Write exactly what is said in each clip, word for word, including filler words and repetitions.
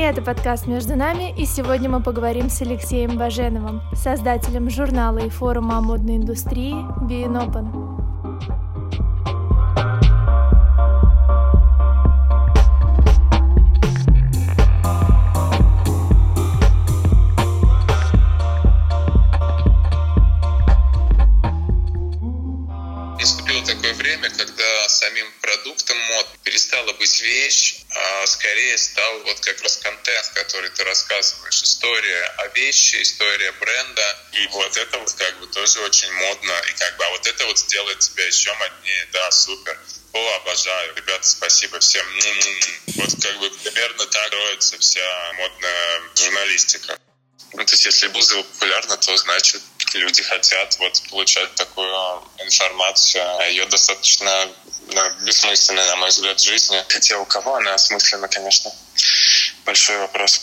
Это подкаст «Между нами», и сегодня мы поговорим с Алексеем Баженовым, создателем журнала и форума о модной индустрии «Be In Open». Наступило такое время, когда самим продуктом мод перестала быть вещь, а скорее стал вот как раз контент, который ты рассказываешь. История о вещи, история бренда. И вот это вот как бы тоже очень модно. И как бы, а вот это вот сделает тебя еще моднее. Да, супер. О, обожаю. Ребята, спасибо всем. Вот как бы примерно так строится вся модная журналистика. Ну, то есть, если Бузова популярна, то значит, люди хотят вот получать такую информацию. А ее достаточно ну, бессмысленной, на мой взгляд, в жизни. Хотя у кого она осмыслена, конечно, большой вопрос.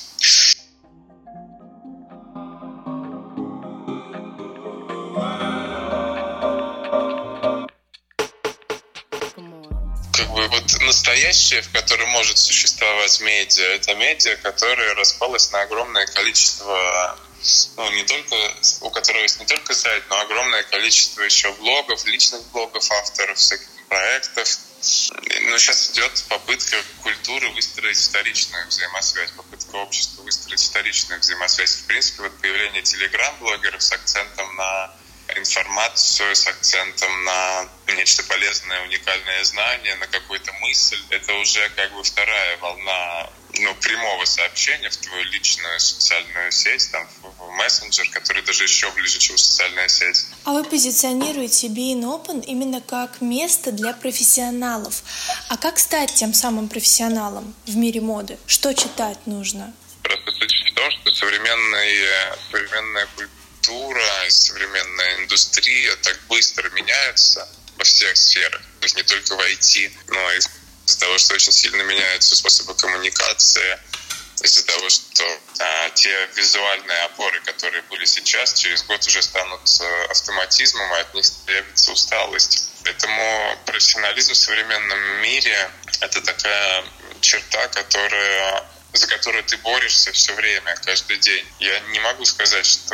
Как бы вот настоящее, в котором может существовать медиа, это медиа, которое распалось на огромное количество, ну, не только, у которого есть не только сайт, но огромное количество еще блогов, личных блогов авторов, всяких проектов. Но сейчас идет попытка культуры выстроить вторичную взаимосвязь, попытка общества выстроить вторичную взаимосвязь. В принципе, вот появление телеграм-блогеров с акцентом на информацию, с акцентом на нечто полезное, уникальное знание, на какую-то мысль. Это уже как бы вторая волна ну, прямого сообщения в твою личную социальную сеть, там, в мессенджер, который даже еще ближе, чем социальная сеть. А вы позиционируете Be In Open именно как место для профессионалов. А как стать тем самым профессионалом в мире моды? Что читать нужно? Просто суть в том, что современная, современная культура, современная индустрия так быстро меняется во всех сферах, то есть не только в ай ти, но и из-за того, что очень сильно меняются способы коммуникации, из-за того, что а, те визуальные опоры, которые были сейчас, через год уже станут автоматизмом, и от них появится усталость. Поэтому профессионализм в современном мире — это такая черта, которая за которую ты борешься все время, каждый день. Я не могу сказать, что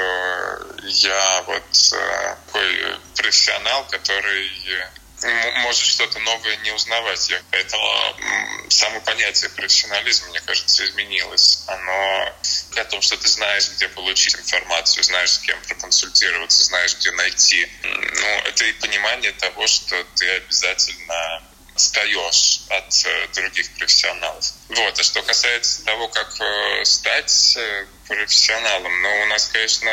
я вот такой профессионал, который может что-то новое не узнавать. Поэтому само понятие профессионализма, мне кажется, изменилось. Оно о том, что ты знаешь, где получить информацию, знаешь, с кем проконсультироваться, знаешь, где найти. Ну, это и понимание того, что ты обязательно отстаешь от э, других профессионалов. Вот. А что касается того, как э, стать э, профессионалом, ну, у нас, конечно,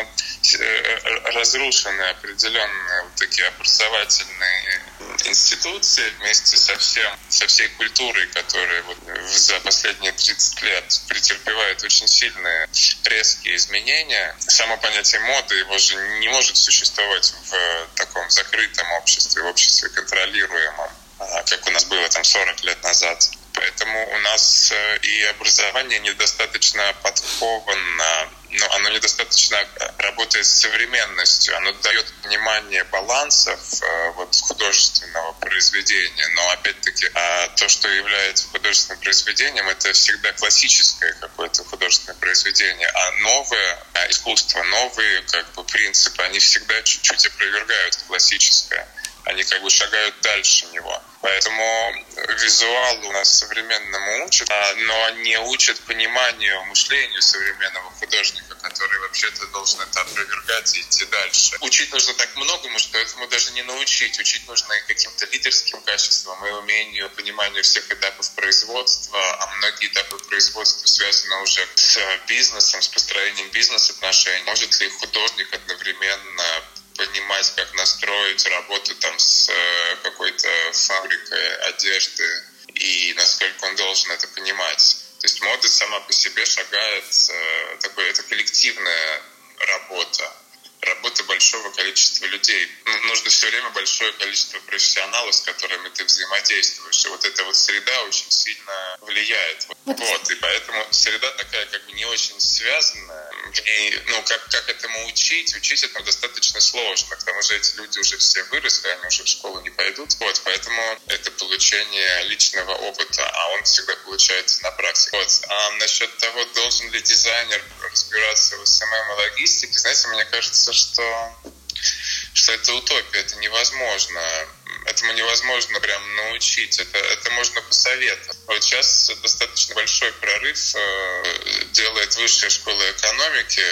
э, разрушены определенные вот такие образовательные институции вместе со всем, со всей культурой, которая вот за последние тридцать лет претерпевает очень сильные резкие изменения. Само понятие моды, его же не может существовать в таком закрытом обществе, в обществе контролируемом, как у нас было там сорок лет назад. Поэтому у нас и образование недостаточно подковано, но оно недостаточно работает с современностью. Оно дает понимание балансов вот, художественного произведения, но опять-таки то, что является художественным произведением, это всегда классическое какое-то художественное произведение, а новое искусство, новые как бы, принципы, они всегда чуть-чуть опровергают классическое. Они как бы шагают дальше него. Поэтому визуал у нас современному учат, но не учат пониманию, мышлению современного художника, который вообще-то должен это опровергать и идти дальше. Учить нужно так многому, что этому даже не научить. Учить нужно и каким-то лидерским качествам, и умению, пониманию всех этапов производства. А многие этапы производства связаны уже с бизнесом, с построением бизнес-отношений. Может ли художник одновременно понимать, как настроить работу там с какой-то фабрикой одежды и насколько он должен это понимать. То есть мода сама по себе шагает, такой, это коллективная работа. работа большого количества людей. Нужно все время большое количество профессионалов, с которыми ты взаимодействуешь. И вот эта вот среда очень сильно влияет. Вот, и поэтому среда такая как бы не очень связанная. И, ну, как, как этому учить? Учить этому достаточно сложно. К тому же эти люди уже все выросли, они уже в школу не пойдут. Вот, поэтому это получение личного опыта, а он всегда получается на практике. Вот. А насчет того, должен ли дизайнер разбираться в эс эм эм и логистике, знаете, мне кажется, что, что это утопия, это невозможно. Этому невозможно прям научить, это, это можно посоветовать. Вот сейчас достаточно большой прорыв э, делает высшая школа экономики,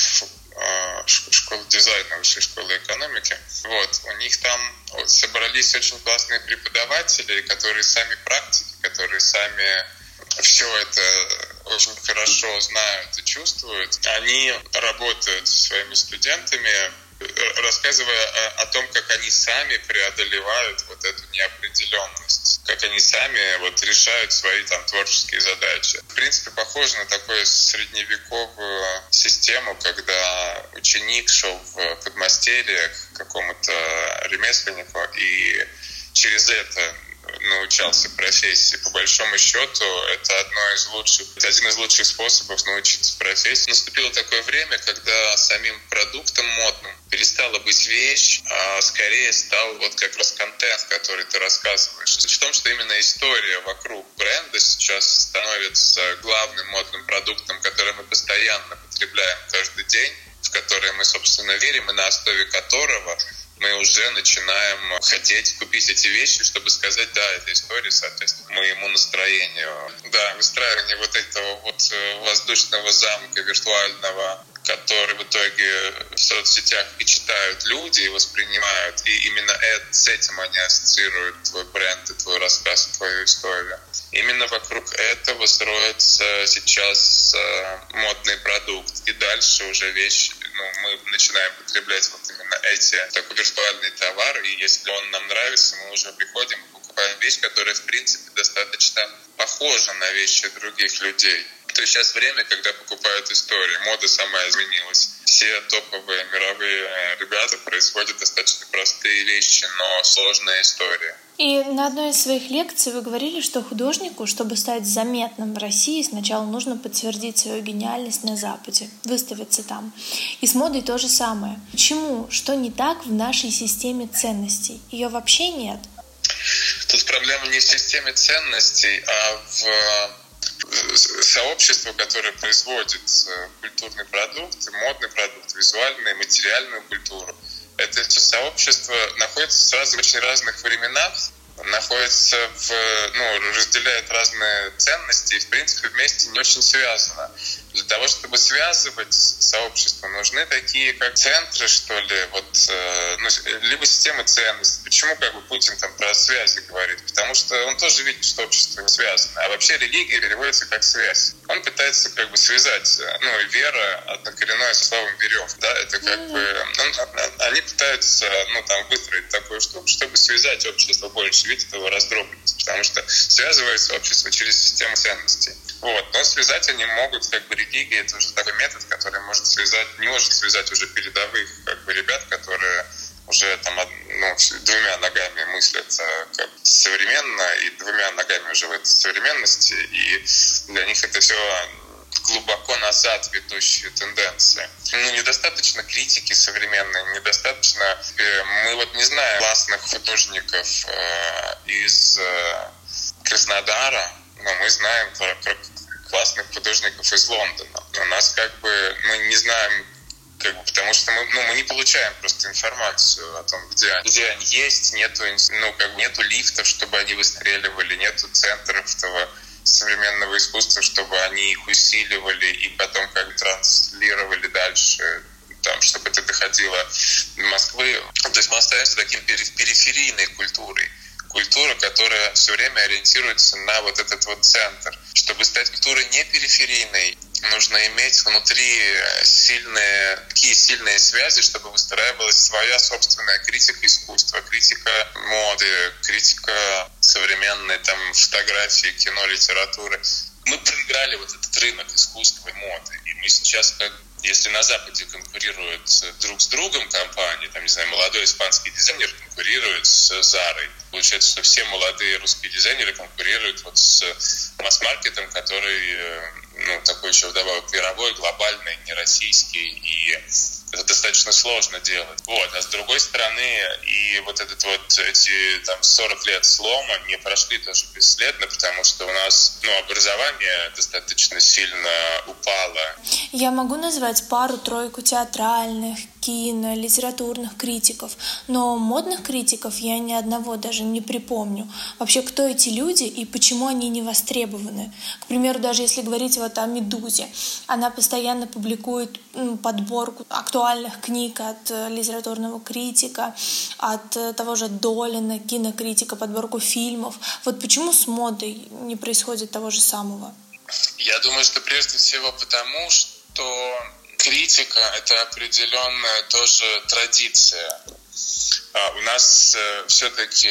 э, школа дизайна, высшей школы экономики. Вот, у них там вот, собрались очень классные преподаватели, которые сами практики, которые сами все это очень хорошо знают и чувствуют. Они работают со своими студентами, рассказывая о, о том, как они сами преодолевают вот эту неопределенность, как они сами вот решают свои там творческие задачи. В принципе, похоже на такую средневековую систему, когда ученик шел в подмастерье к какому-то ремесленнику и через это научался профессии. По большому счету, это одно из лучших, это один из лучших способов научиться профессии. Наступило такое время, когда самим продуктом модным перестала быть вещь, а скорее стал вот как раз контент, который ты рассказываешь. Суть в том, что именно история вокруг бренда сейчас становится главным модным продуктом, который мы постоянно потребляем каждый день, в который мы, собственно, верим, и на основе которого мы уже начинаем хотеть купить эти вещи, чтобы сказать, да, эта история соответствует моему настроению. Да, выстраивание вот этого вот воздушного замка виртуального, который в итоге в соцсетях и читают люди, и воспринимают, и именно это, с этим они ассоциируют твой бренд, и твой рассказ, и твою историю. Именно вокруг этого строится сейчас э, модный продукт. И дальше уже вещи, ну, мы начинаем потреблять вот именно эти такой виртуальный товар, и если он нам нравится, мы уже приходим и покупаем вещь, которая, в принципе, достаточно похожа на вещи других людей. То есть сейчас время, когда покупают истории. Мода сама изменилась. Все топовые мировые ребята производят достаточно простые вещи, но сложные истории. И на одной из своих лекций вы говорили, что художнику, чтобы стать заметным в России, сначала нужно подтвердить свою гениальность на Западе, выставиться там. И с модой то же самое. Почему? Что не так в нашей системе ценностей? Ее вообще нет? Тут проблема не в системе ценностей, а в сообщество, которое производит культурный продукт, модный продукт, визуальную, материальную культуру. Это сообщество находится сразу в очень разных временах, находится в, ну, разделяет разные ценности и, в принципе, вместе не очень связано. Для того, чтобы связывать сообщество, нужны такие, как центры, что ли, вот, э, ну, либо системы ценностей. Почему, как бы, Путин там про связи говорит? Потому что он тоже видит, что общество не связано. А вообще религия переводится как связь. Он пытается, как бы, связать, ну, и вера однокоренное со словом веревка, да, это как бы, он, они пытаются, ну, там, выстроить такую штуку, чтобы связать общество больше, видеть этого раздробленность, потому что связывается общество через систему ценностей. Вот. Но связать они могут, как бы, религия, это уже такой метод, который может связать, не может связать уже передовых, как бы, ребят, которые уже там, ну, двумя ногами мыслят как современно и двумя ногами уже в этой современности, и для них это все глубоко назад ведущие тенденции. Ну, недостаточно критики современной, недостаточно... Мы вот не знаем классных художников э, из э, Краснодара, но мы знаем про, про классных художников из Лондона. У нас как бы мы не знаем, как бы, потому что мы, ну, мы не получаем просто информацию о том, где, где они есть, нету, ну, как бы нету лифтов, чтобы они выстреливали, нету центров того современного искусства, чтобы они их усиливали и потом как бы транслировали дальше, там, чтобы это доходило до Москвы. То есть мы остаемся таким периферийной культурой. Культура, которая все время ориентируется на вот этот вот центр. Чтобы стать культурой не периферийной, нужно иметь внутри сильные, такие сильные связи, чтобы выстраивалась своя собственная критика искусства, критика моды, критика современной там, фотографии, кино, литературы. Мы проиграли вот этот рынок искусства и моды. И мы сейчас как Если на Западе конкурируют друг с другом компании, там, не знаю, молодой испанский дизайнер конкурирует с Зарой, получается, что все молодые русские дизайнеры конкурируют вот с масс-маркетом, который, ну, такой еще вдобавок мировой, глобальный, не российский, и это достаточно сложно делать. Вот. А с другой стороны, и вот этот вот, эти там сорок лет слома не прошли тоже бесследно, потому что у нас, ну, образование достаточно сильно упало. Я могу назвать пару-тройку театральных, кино, литературных критиков, но модных критиков я ни одного даже не припомню. Вообще, кто эти люди и почему они не востребованы? К примеру, даже если говорить вот о «Медузе», она постоянно публикует подборку актуальных книг от литературного критика, от того же Долина, кинокритика, подборку фильмов. Вот почему с модой не происходит того же самого? Я думаю, что прежде всего потому, что критика — это определенная тоже традиция. У нас все-таки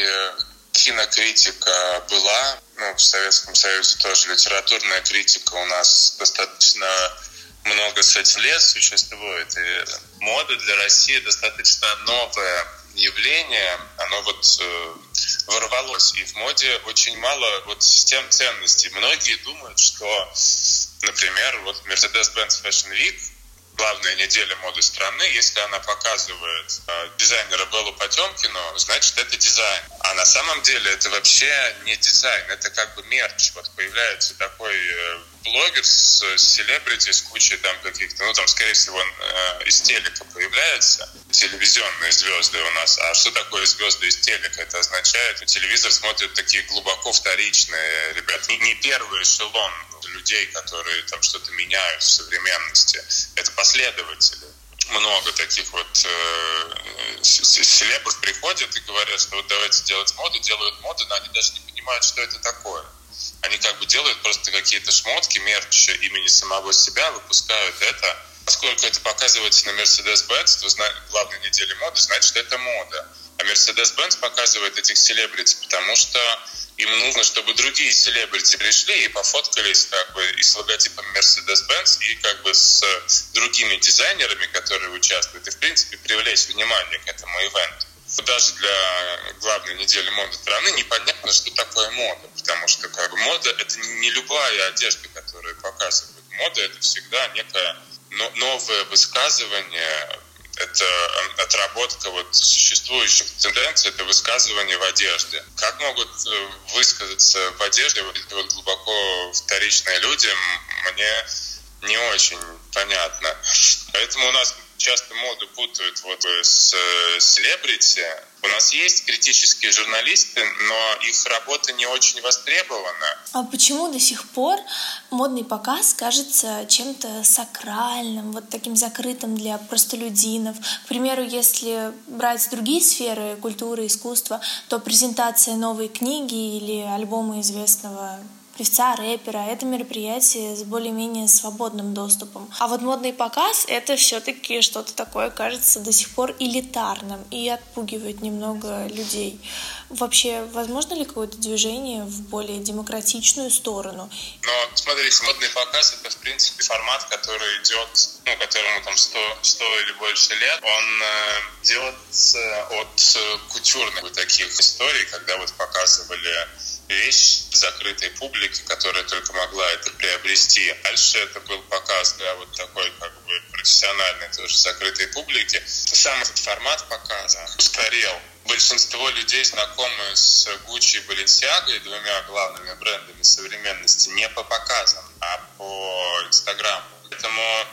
кинокритика была, ну, в Советском Союзе тоже литературная критика у нас достаточно много сотен лет существует. И мода для России достаточно новое явление, оно вот э, ворвалось. И в моде очень мало вот систем ценностей. Многие думают, что, например, вот Mercedes-Benz Fashion Week, главная неделя моды страны, если она показывает э, дизайнера Беллу Потемкину, значит, это дизайн. А на самом деле это вообще не дизайн, это как бы мерч. Вот появляется такой э, блогер с селебрити, с кучей там каких-то, ну там, скорее всего, э, из телека появляется, телевизионные звезды у нас. А что такое звезды из телека? Это означает, что телевизор смотрят такие глубоко вторичные ребята, не, не первый эшелон людей, которые там что-то меняют в современности. Это последователи. Много таких вот э, селебров приходят и говорят, что вот давайте делать моду, делают моду, но они даже не понимают, что это такое. Они как бы делают просто какие-то шмотки, мерч имени самого себя, выпускают это. Поскольку это показывается на Mercedes-Benz, то зна- главной неделе моды, значит, это мода. А Mercedes-Benz показывает этих селебрити, потому что им нужно, чтобы другие селебрити пришли и пофоткались как бы и с логотипом Mercedes-Benz, и как бы с другими дизайнерами, которые участвуют, и в принципе привлечь внимание к этому ивенту. Даже для главной недели моды страны непонятно, что такое мода, потому что как бы мода — это не любая одежда, которую показывают. Мода — это всегда некое новое высказывание, это отработка вот существующих тенденций, это высказывание в одежде. Как могут высказаться в одежде вот эти вот глубоко вторичные люди, мне не очень понятно. Поэтому у нас часто моду путают вот с селебрити. У нас есть критические журналисты, но их работа не очень востребована. А почему до сих пор модный показ кажется чем-то сакральным, вот таким закрытым для простолюдинов? К примеру, если брать другие сферы культуры, искусства, то презентация новой книги или альбома известного певца, рэпера — это мероприятие с более-менее свободным доступом. А вот модный показ — это все-таки что-то такое, кажется, до сих пор элитарным и отпугивает немного людей. Вообще, возможно ли какое-то движение в более демократичную сторону? Но, смотрите, модный показ — это, в принципе, формат, который идет, ну, которому там сто, сто или больше лет. Он э, делается от э, кутюрных вот таких историй, когда вот показывали вещь закрытой публике, которая только могла это приобрести. Дальше это был показ для вот такой как бы профессиональной тоже закрытой публики. Сам этот формат показа устарел. Большинство людей, знакомые с Gucci и Balenciaga, двумя главными брендами современности, не по показам, а по Инстаграму. Поэтому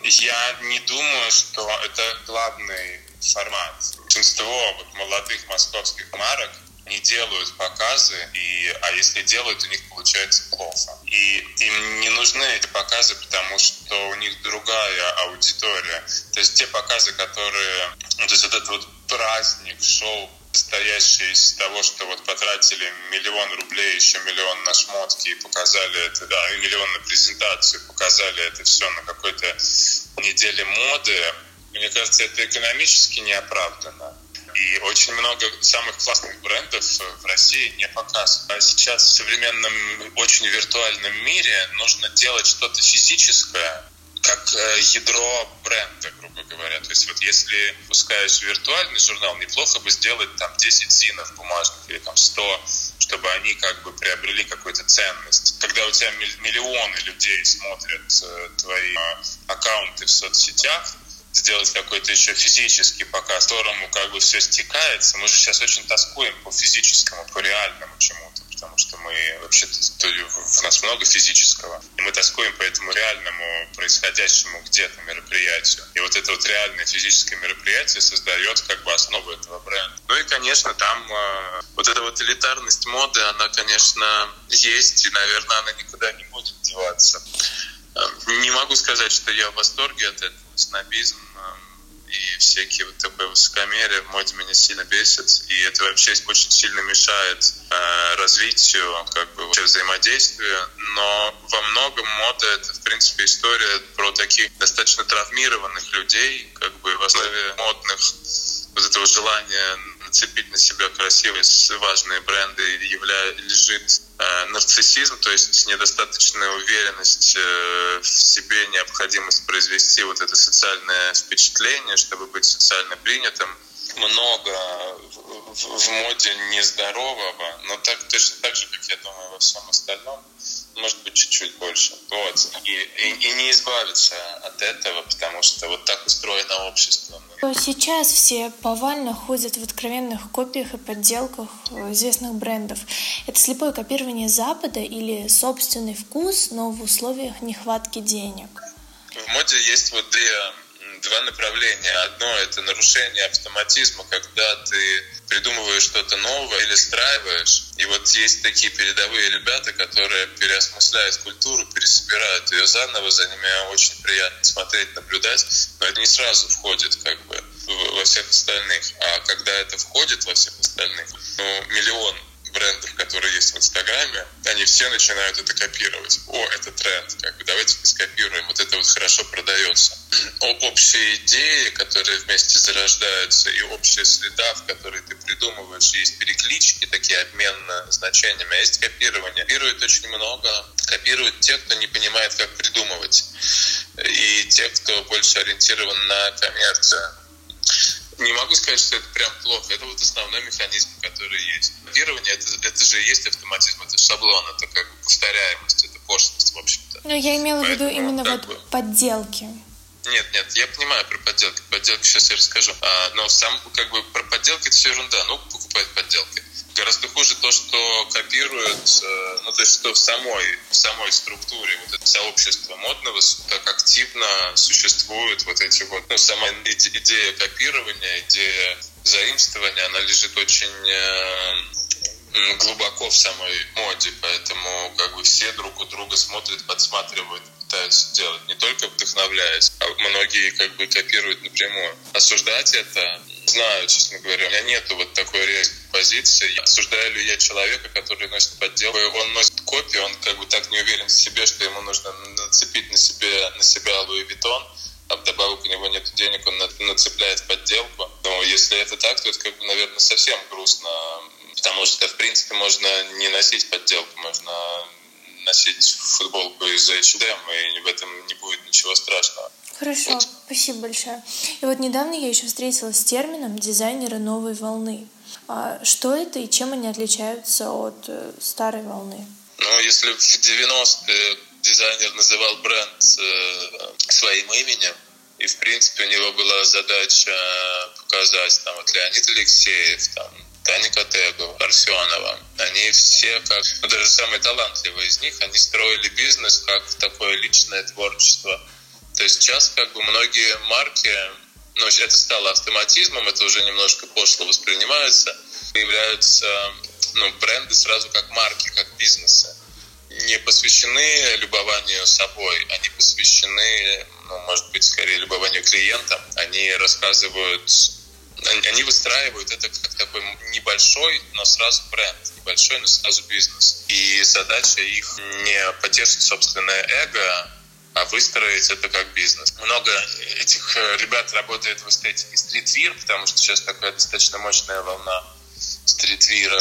я не думаю, что это главный формат. Большинство вот молодых московских марок не делают показы, и, а если делают, у них получается плохо. И им не нужны эти показы, потому что у них другая аудитория. То есть те показы, которые... То есть вот этот вот праздник, шоу, состоящий из того, что вот потратили миллион рублей, еще миллион на шмотки и показали это, да, и миллион на презентацию, показали это все на какой-то неделе моды, мне кажется, это экономически неоправданно. И очень много самых классных брендов в России не показывают. А сейчас в современном, очень виртуальном мире нужно делать что-то физическое, как ядро бренда, грубо говоря. То есть вот если пускаешь виртуальный журнал, неплохо бы сделать там десять зинов бумажных или там сто, чтобы они как бы приобрели какую-то ценность. Когда у тебя миллионы людей смотрят твои аккаунты в соцсетях, сделать какой-то еще физический показ, которому как бы все стекается. Мы же сейчас очень тоскуем по физическому, по реальному чему-то, потому что мы вообще-то, в нас много физического, и мы тоскуем по этому реальному, происходящему где-то мероприятию. И вот это вот реальное физическое мероприятие создает как бы основу этого бренда. Ну и, конечно, там э, вот эта вот элитарность моды, она, конечно, есть, и, наверное, она никуда не будет деваться. Не могу сказать, что я в восторге от этого. Снобизм и всякие вот такое высокомерие в моде меня сильно бесит, и это вообще очень сильно мешает э, развитию как бы вообще взаимодействия. Но во многом мода — это, в принципе, история про таких достаточно травмированных людей, как бы в основе модных вот этого желания нацепить на себя красивые, важные бренды явля... лежит э, нарциссизм, то есть недостаточная уверенность э, в себе, необходимость произвести вот это социальное впечатление, чтобы быть социально принятым. Много в, в, в моде нездорового, но так, точно так же, как я думаю, во всем остальном, может быть, чуть-чуть больше. Вот. И, и, и не избавиться от этого, потому что вот так устроено общество. Сейчас все повально ходят в откровенных копиях и подделках известных брендов. Это слепое копирование Запада или собственный вкус, но в условиях нехватки денег? В моде есть вот две, два направления. Одно — это нарушение автоматизма, когда ты придумываешь что-то новое или страиваешь. И вот есть такие передовые ребята, которые переосмысляют культуру, пересобирают ее заново. За ними очень приятно смотреть, наблюдать. Но это не сразу входит как бы во всех остальных. А когда это входит во всех остальных, ну, миллион брендов, которые есть в Инстаграме, они все начинают это копировать. О, это тренд, как бы давайте скопируем. Вот это вот хорошо продается. Общие идеи, которые вместе зарождаются, и общая среда, в которой ты придумываешь, есть переклички, такие обмен значениями, а есть копирование. Копируют очень много. Копируют те, кто не понимает, как придумывать. И те, кто больше ориентирован на коммерцию. Не могу сказать, что это прям плохо. Это вот основной механизм, который есть. Копирование — это, это же и есть автоматизм, это шаблон, это как бы повторяемость, это пошлость, в общем-то. Но я имела Поэтому, в виду именно вот бы... подделки. Нет, нет, я понимаю про подделки. Подделки сейчас я расскажу. А, но сам как бы про подделки — это все ерунда. Ну, покупать подделки. Гораздо хуже то, что копируют, ну, то есть, что в самой, в самой структуре вот это сообщество модного так активно существуют вот эти вот, ну, сама идея копирования, идея заимствования, она лежит очень э, глубоко в самой моде, поэтому как бы все друг у друга смотрят, подсматривают, пытаются делать, не только вдохновляясь, а многие как бы копируют напрямую. Осуждать это, знаю, честно говоря, у меня нету вот такой резкой позиции. Осуждаю ли я человека, который носит подделку? Он носит копию, он как бы так не уверен в себе, что ему нужно нацепить на, себе, на себя Луи Виттон, а вдобавок у него нет денег, он нацепляет подделку. Но если это так, то это, как бы, наверное, совсем грустно, потому что, в принципе, можно не носить подделку, можно носить футболку из эйч энд эм, и в этом не будет ничего страшного. Хорошо, вот. Спасибо большое. И вот недавно я еще встретилась с термином «дизайнеры новой волны». А что это и чем они отличаются от э, старой волны? Ну, если в девяностые дизайнер называл бренд э, своим именем, и, в принципе, у него была задача показать, там, вот Леонид Алексеев, там, Таня Котегова, Парфенова. Они все, как, ну, даже самые талантливые из них, они строили бизнес как такое личное творчество. То есть сейчас как бы многие марки, ну, это стало автоматизмом, это уже немножко пошло воспринимается, появляются, ну, бренды сразу как марки, как бизнесы. Не посвящены любованию собой, они посвящены, ну, может быть, скорее любованию клиентам. Они рассказывают, они выстраивают это как такой небольшой, но сразу бренд, небольшой, но сразу бизнес. И задача их не потешить собственное эго, а выстроить это как бизнес. Много этих ребят работает в эстетике стритвир, потому что сейчас такая достаточно мощная волна стритвира.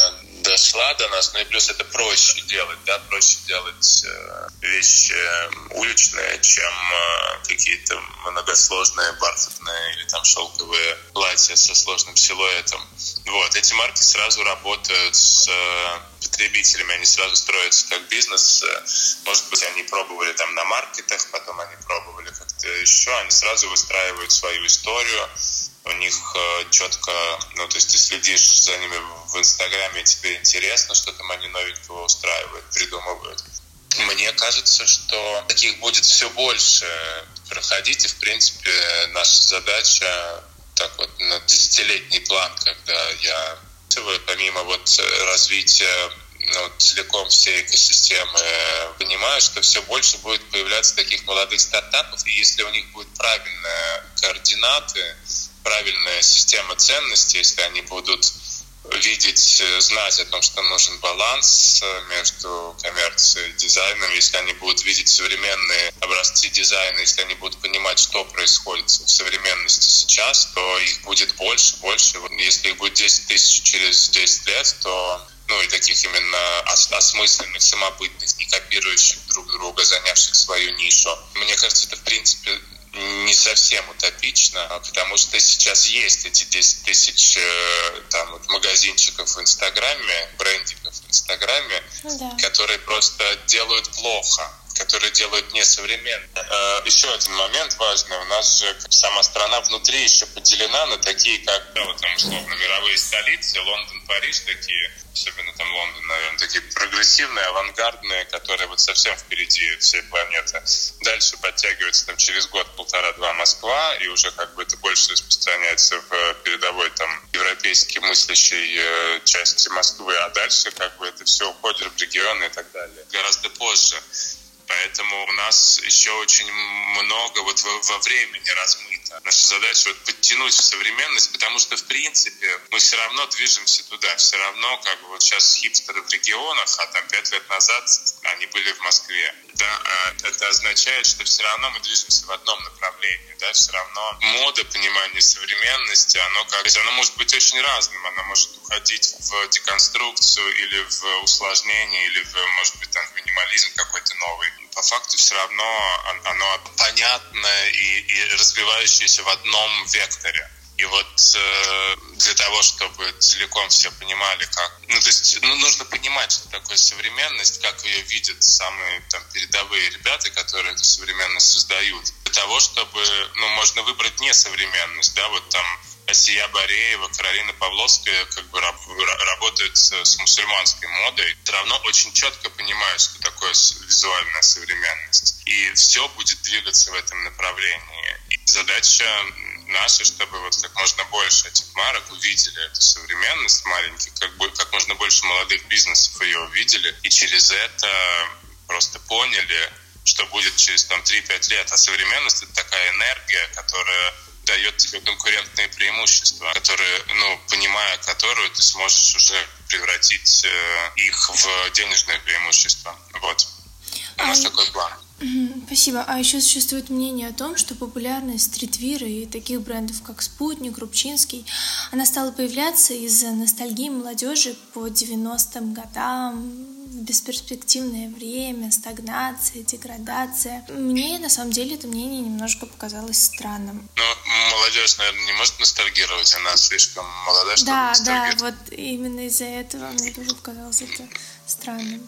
дошла до нас, ну и плюс это проще делать, да, проще делать э, вещи уличные, чем э, какие-то многосложные бархатные или там шелковые платья со сложным силуэтом. Вот, эти марки сразу работают с э, потребителями, они сразу строятся как бизнес. Может быть, они пробовали там на маркетах, потом они пробовали как-то еще, они сразу выстраивают свою историю. У них э, четко, ну, то есть ты следишь за ними в Инстаграме, тебе интересно, что там они новенького устраивают, придумывают. Мне кажется, что таких будет все больше. Проходить, и, в принципе, наша задача так вот на десятилетний план, когда я, помимо вот развития ну, целиком всей экосистемы, понимаю, что все больше будет появляться таких молодых стартапов, и если у них будут правильные координаты, правильная система ценностей, если они будут видеть, знать о том, что нужен баланс между коммерцией и дизайном, если они будут видеть современные образцы дизайна, если они будут понимать, что происходит в современности сейчас, то их будет больше, больше. Если их будет десять тысяч через десять лет, то ну и таких именно осмысленных, самобытных, не копирующих друг друга, занявших свою нишу. Мне кажется, это в принципе не совсем утопично, потому что сейчас есть эти десять тысяч там, вот, магазинчиков в Инстаграме, брендиков в Инстаграме, да. которые просто делают плохо, которые делают несовременно. Еще один момент важный. У нас же сама страна внутри еще поделена на такие, как, да, вот, там, условно, мировые столицы, Лондон, Париж, такие, особенно там Лондон, наверное, такие прогрессивные, авангардные, которые вот совсем впереди всей планеты. Дальше подтягивается там через год-полтора-два Москва, и уже как бы это больше распространяется в передовой там европейски мыслящей э, части Москвы, а дальше как бы это все уходит в регионы и так далее. Гораздо позже. Поэтому у нас еще очень много вот во, во времени размыто. Наша задача вот подтянуть в современность, потому что, в принципе, мы все равно движемся туда. Все равно, как бы вот сейчас хипстеры в регионах, а там пять лет назад они были в Москве. Да, это означает, что все равно мы движемся в одном направлении. Да, все равно мода, понимание современности, оно, как, оно может быть очень разным. Оно может уходить в деконструкцию или в усложнение, или, в, может быть, там, в минимализм какой-то новый. По факту все равно оно понятное и, и развивающееся в одном векторе. И вот э, для того, чтобы целиком все понимали, как... Ну, то есть ну, нужно понимать, что такое современность, как ее видят самые там, передовые ребята, которые эту современность создают. Для того, чтобы... Ну, можно выбрать несовременность, да, вот там Асия Бореева, Каролина Павловская как бы работают с мусульманской модой. Все равно очень четко понимают, что такое визуальная современность. И все будет двигаться в этом направлении. И задача наша, чтобы вот как можно больше этих марок увидели эту современность маленьких, как, бы, как можно больше молодых бизнесов ее увидели. И через это просто поняли, что будет через там, три-пять лет. А современность — это такая энергия, которая дает тебе конкурентные преимущества, которые, ну, понимая которую, ты сможешь уже превратить э, их в денежное преимущество. Вот. У нас а такой план. Спасибо. А еще существует мнение о том, что популярность стритвира и таких брендов, как Спутник, Рубчинский, она стала появляться из-за ностальгии молодежи по девяностым годам, бесперспективное время, стагнация, деградация. Мне, на самом деле, это мнение немножко показалось странным. Ну, молодежь, наверное, не может ностальгировать, она слишком молодая, чтобы да, ностальгировать. Да, вот именно из-за этого мне тоже показалось это странным.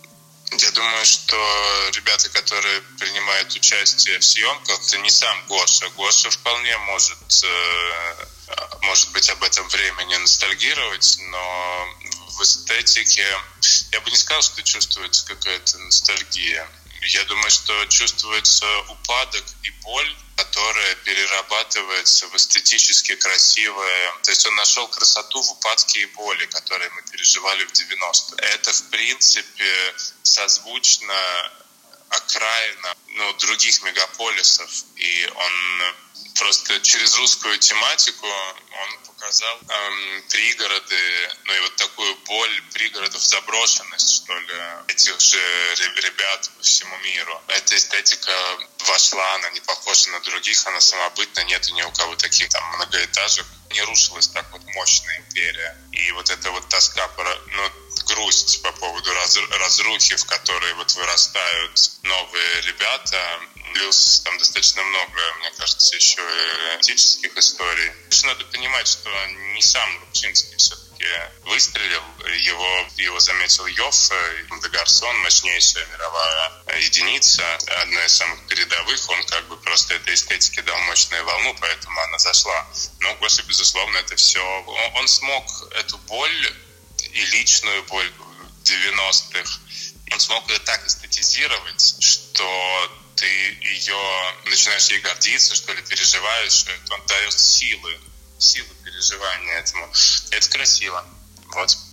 Я думаю, что ребята, которые принимают участие в съемках, это не сам Гоша. Гоша вполне может, может быть, об этом времени ностальгировать, но в эстетике я бы не сказал, что чувствуется какая-то ностальгия. Я думаю, что чувствуется упадок и боль, которая перерабатывается в эстетически красивое. То есть он нашел красоту в упадке и боли, которые мы переживали в девяностых. Это, в принципе, созвучно окраина ну, других мегаполисов. И он просто через русскую тематику он показал эм, пригороды, ну и вот такую боль пригородов, заброшенность, что ли, этих же ребят по всему миру. Эта эстетика вошла, она не похожа на других, она самобытна, нету ни у кого таких там многоэтажек. Не рушилась так вот мощная империя. И вот эта вот тоска, ну, грусть по поводу раз, разрухи, в которой вот вырастают новые ребята. Плюс там достаточно много, мне кажется, еще и этических историй. Еще надо понимать, что не сам Рубчинский все-таки выстрелил. Его, его заметил Йоффе, де Гарсон, мощнейшая мировая единица, одна из самых передовых. Он как бы просто этой эстетике дал мощную волну, поэтому она зашла. Но Гоша, безусловно, это все... Он смог эту боль и личную боль девяностых, он смог ее так эстетизировать, что ты ее начинаешь ей гордиться, что ли, переживаешь, он дает силы, силы переживания этому. Это красиво. Вот.